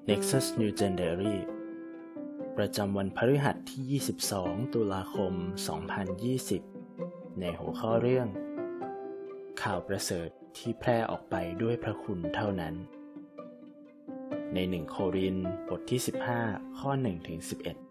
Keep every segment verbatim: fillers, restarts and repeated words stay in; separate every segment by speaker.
Speaker 1: Nexus New Gen Diary ประจำวันพฤหัสที่ ยี่สิบสอง ตุลาคม สองพันยี่สิบ ในหัวข้อเรื่องข่าวประเสริฐที่แพร่ออกไปด้วยพระคุณเท่านั้นในหนึ่งโครินธ์บทที่ สิบห้า ข้อ หนึ่งถึงสิบเอ็ด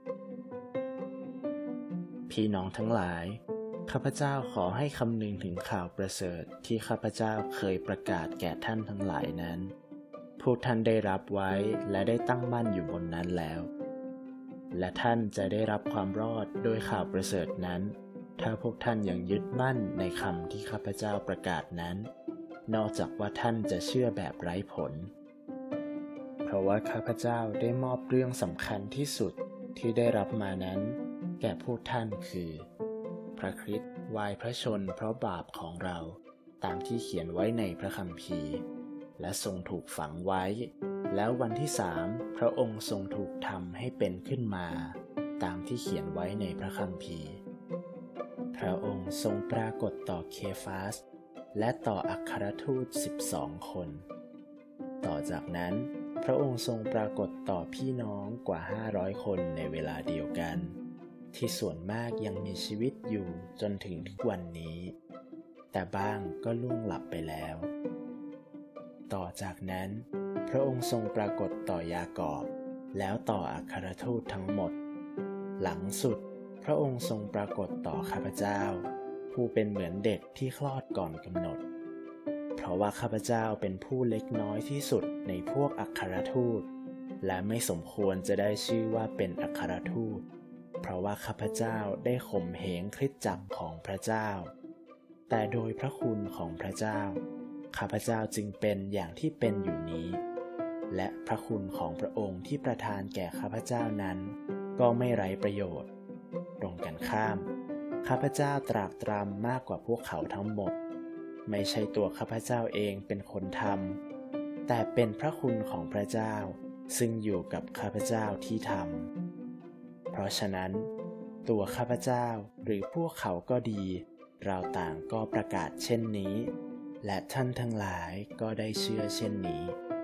Speaker 1: พี่น้องทั้งหลายข้าพเจ้าขอให้คำนึงถึงข่าวประเสริฐที่ข้าพเจ้าเคยประกาศแก่ท่านทั้งหลายนั้นพวกท่านได้รับไว้และได้ตั้งมั่นอยู่บนนั้นแล้วและท่านจะได้รับความรอดโดยข่าวประเสริฐนั้นถ้าพวกท่านยังยึดมั่นในคำที่ข้าพเจ้าประกาศนั้นนอกจากว่าท่านจะเชื่อแบบไร้ผลเพราะว่าข้าพเจ้าได้มอบเรื่องสำคัญที่สุดที่ได้รับมานั้นแก่พวกท่านคือพระคริสต์วายพระชนเพราะบาปของเราตามที่เขียนไว้ในพระคัมภีร์และทรงถูกฝังไว้แล้ววันที่สามพระองค์ทรงถูกทำให้เป็นขึ้นมาตามที่เขียนไว้ในพระคัมภีร์พระองค์ทรงปรากฏต่อเคฟาสและต่ออัครทูตสิบสองคนต่อจากนั้นพระองค์ทรงปรากฏต่อพี่น้องกว่าห้าร้อยคนในเวลาเดียวกันที่ส่วนมากยังมีชีวิตอยู่จนถึงทุกวันนี้แต่บ้างก็ล่วงหลับไปแล้วต่อจากนั้นพระองค์ทรงปรากฏต่อยากอบแล้วต่ออัครทูตทั้งหมดหลังสุดพระองค์ทรงปรากฏต่อข้าพเจ้าผู้เป็นเหมือนเด็กที่คลอดก่อนกำหนดเพราะว่าข้าพเจ้าเป็นผู้เล็กน้อยที่สุดในพวกอัครทูตและไม่สมควรจะได้ชื่อว่าเป็นอัครทูตเพราะว่าข้าพเจ้าได้ข่มเหงคริสตจักรของพระเจ้าแต่โดยพระคุณของพระเจ้าข้าพเจ้าจึงเป็นอย่างที่เป็นอยู่นี้และพระคุณของพระองค์ที่ประทานแก่ข้าพเจ้านั้นก็ไม่ไร้ประโยชน์ตรงกันข้ามข้าพเจ้าตรากตรำมากกว่าพวกเขาทั้งหมดไม่ใช่ตัวข้าพเจ้าเองเป็นคนทำแต่เป็นพระคุณของพระเจ้าซึ่งอยู่กับข้าพเจ้าที่ทำเพราะฉะนั้นตัวข้าพเจ้าหรือพวกเขาก็ดีเราต่างก็ประกาศเช่นนี้และท่านทั้งหลายก็ได้เชื่อเช่นนี้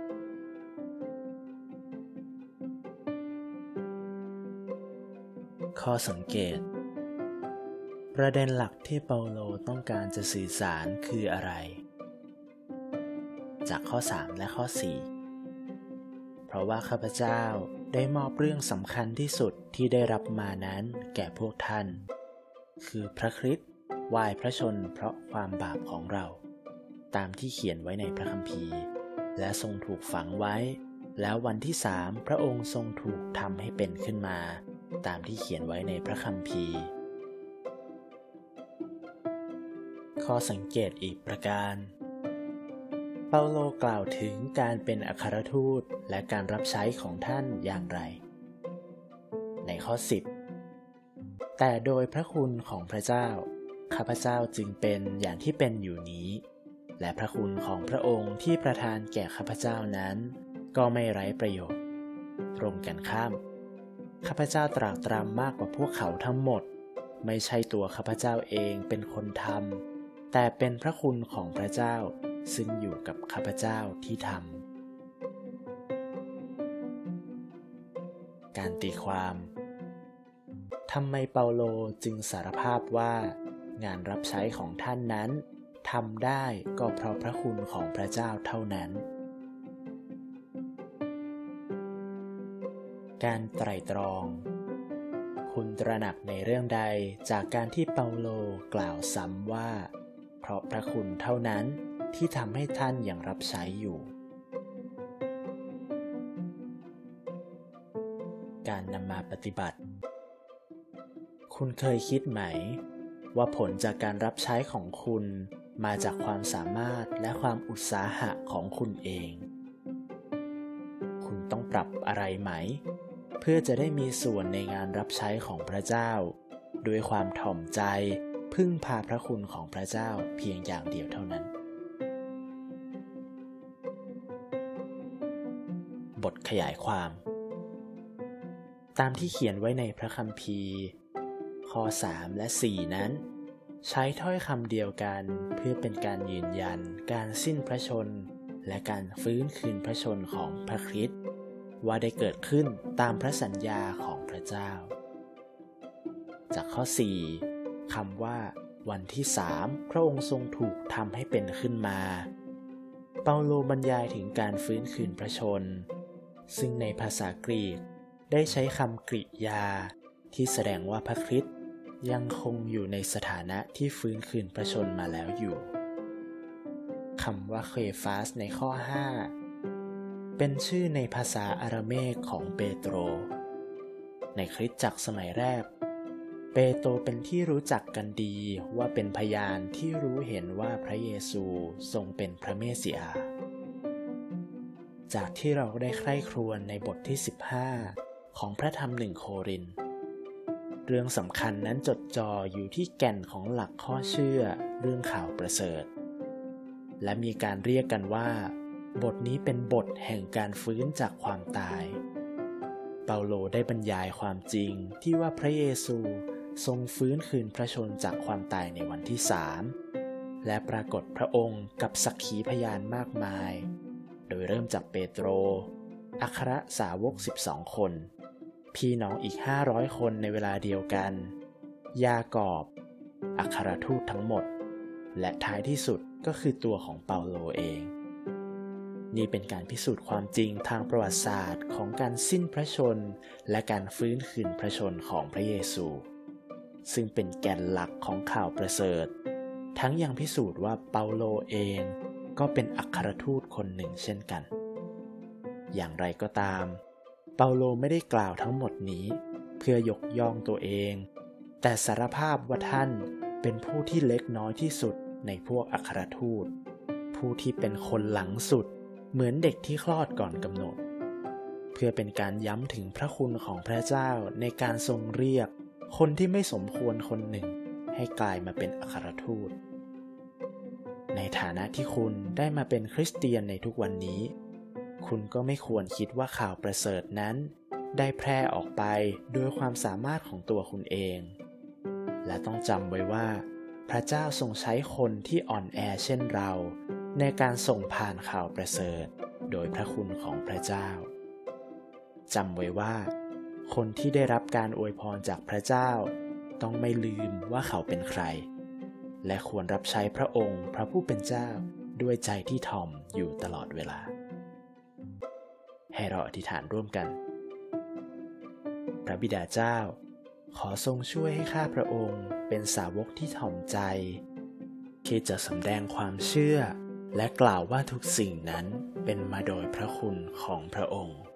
Speaker 1: ข้อสังเกตประเด็นหลักที่เปาโลต้องการจะสื่อสารคืออะไรจากข้อสามและข้อสี่เพราะว่าข้าพเจ้าได้มอบเรื่องสำคัญที่สุดที่ได้รับมานั้นแก่พวกท่านคือพระคริสต์วายพระชนเพราะความบาปของเราตามที่เขียนไว้ในพระคัมภีร์และทรงถูกฝังไว้แล้ววันที่สามพระองค์ทรงถูกทำให้เป็นขึ้นมาตามที่เขียนไว้ในพระคัมภีร์ข้อสังเกตอีกประการเปาโลกล่าวถึงการเป็นอัครทูตและการรับใช้ของท่านอย่างไรในข้อสิบแต่โดยพระคุณของพระเจ้าข้าพเจ้าจึงเป็นอย่างที่เป็นอยู่นี้และพระคุณของพระองค์ที่ประทานแก่ข้าพเจ้านั้นก็ไม่ไร้ประโยชน์ตรงกันข้ามข้าพเจ้าตรากตรำมากกว่าพวกเขาทั้งหมดไม่ใช่ตัวข้าพเจ้าเองเป็นคนทำแต่เป็นพระคุณของพระเจ้าซึ่งอยู่กับข้าพเจ้าที่ทำการตีความทำไมเปาโลจึงสารภาพว่างานรับใช้ของท่านนั้นทำได้ก็เพราะพระคุณของพระเจ้าเท่านั้นการไตร่ตรองคุณตระหนักในเรื่องใดจากการที่เปาโลกล่าวซ้ำว่าเพราะพระคุณเท่านั้นที่ทำให้ท่านยังรับใช้อยู่การนำมาปฏิบัติคุณเคยคิดไหมว่าผลจากการรับใช้ของคุณมาจากความสามารถและความอุตสาหะของคุณเองคุณต้องปรับอะไรไหมเพื่อจะได้มีส่วนในงานรับใช้ของพระเจ้าด้วยความถ่อมใจพึ่งพาพระคุณของพระเจ้าเพียงอย่างเดียวเท่านั้นบทขยายความตามที่เขียนไว้ในพระคัมภีร์ข้อสามและสี่นั้นใช้ถ้อยคำเดียวกันเพื่อเป็นการยืนยันการสิ้นพระชนและการฟื้นคืนพระชนของพระคริสต์ว่าได้เกิดขึ้นตามพระสัญญาของพระเจ้าจากข้อสี่คำว่าวันที่สามพระองค์ทรงถูกทำให้เป็นขึ้นมาเปาโลบรรยายถึงการฟื้นคืนพระชนซึ่งในภาษากรีกได้ใช้คำกริยาที่แสดงว่าพระคริสต์ยังคงอยู่ในสถานะที่ฟื้นคืนพระชนมาแล้วอยู่คำว่าเคฟาสในข้อห้าเป็นชื่อในภาษาอาราเมกของเปโตรในคริสตจักรสมัยแรกเปโตรเป็นที่รู้จักกันดีว่าเป็นพยานที่รู้เห็นว่าพระเยซูทรงเป็นพระเมสสิอาจากที่เราได้ใคร่ครวญในบทที่สิบห้าของพระธรรมหนึ่งโครินธ์เรื่องสำคัญนั้นจดจ่ออยู่ที่แก่นของหลักข้อเชื่อเรื่องข่าวประเสริฐและมีการเรียกกันว่าบทนี้เป็นบทแห่งการฟื้นจากความตายเปาโลได้บรรยายความจริงที่ว่าพระเยซูทรงฟื้นคืนพระชนจากความตายในวันที่สามและปรากฏพระองค์กับสักขีพยานมากมายโดยเริ่มจากเปโตรอัครสาวกสิบสองคนพี่น้องอีกห้าร้อยคนในเวลาเดียวกันยากอบอัครทูตทั้งหมดและท้ายที่สุดก็คือตัวของเปาโลเองนี่เป็นการพิสูจน์ความจริงทางประวัติศาสตร์ของการสิ้นพระชนและการฟื้นคืนพระชนของพระเยซูซึ่งเป็นแก่นหลักของข่าวประเสริฐทั้งยังพิสูจน์ว่าเปาโลเองก็เป็นอัครทูตคนหนึ่งเช่นกันอย่างไรก็ตามเปาโลไม่ได้กล่าวทั้งหมดนี้เพื่อยกย่องตัวเองแต่สารภาพว่าท่านเป็นผู้ที่เล็กน้อยที่สุดในพวกอัครทูตผู้ที่เป็นคนหลังสุดเหมือนเด็กที่คลอดก่อนกำหนดเพื่อเป็นการย้ำถึงพระคุณของพระเจ้าในการทรงเรียกคนที่ไม่สมควรคนหนึ่งให้กลายมาเป็นอัครทูตในฐานะที่คุณได้มาเป็นคริสเตียนในทุกวันนี้คุณก็ไม่ควรคิดว่าข่าวประเสริฐนั้นได้แพร่ออกไปโดยความสามารถของตัวคุณเองและต้องจำไว้ว่าพระเจ้าทรงใช้คนที่อ่อนแอเช่นเราในการส่งผ่านข่าวประเสริฐโดยพระคุณของพระเจ้าจำไว้ว่าคนที่ได้รับการอวยพรจากพระเจ้าต้องไม่ลืมว่าเขาเป็นใครและควรรับใช้พระองค์พระผู้เป็นเจ้าด้วยใจที่ถ่อมอยู่ตลอดเวลาให้เราอธิษฐานร่วมกันพระบิดาเจ้าขอทรงช่วยให้ข้าพระองค์เป็นสาวกที่ถ่อมใจที่จะสำแดงความเชื่อและกล่าวว่าทุกสิ่งนั้นเป็นมาโดยพระคุณของพระองค์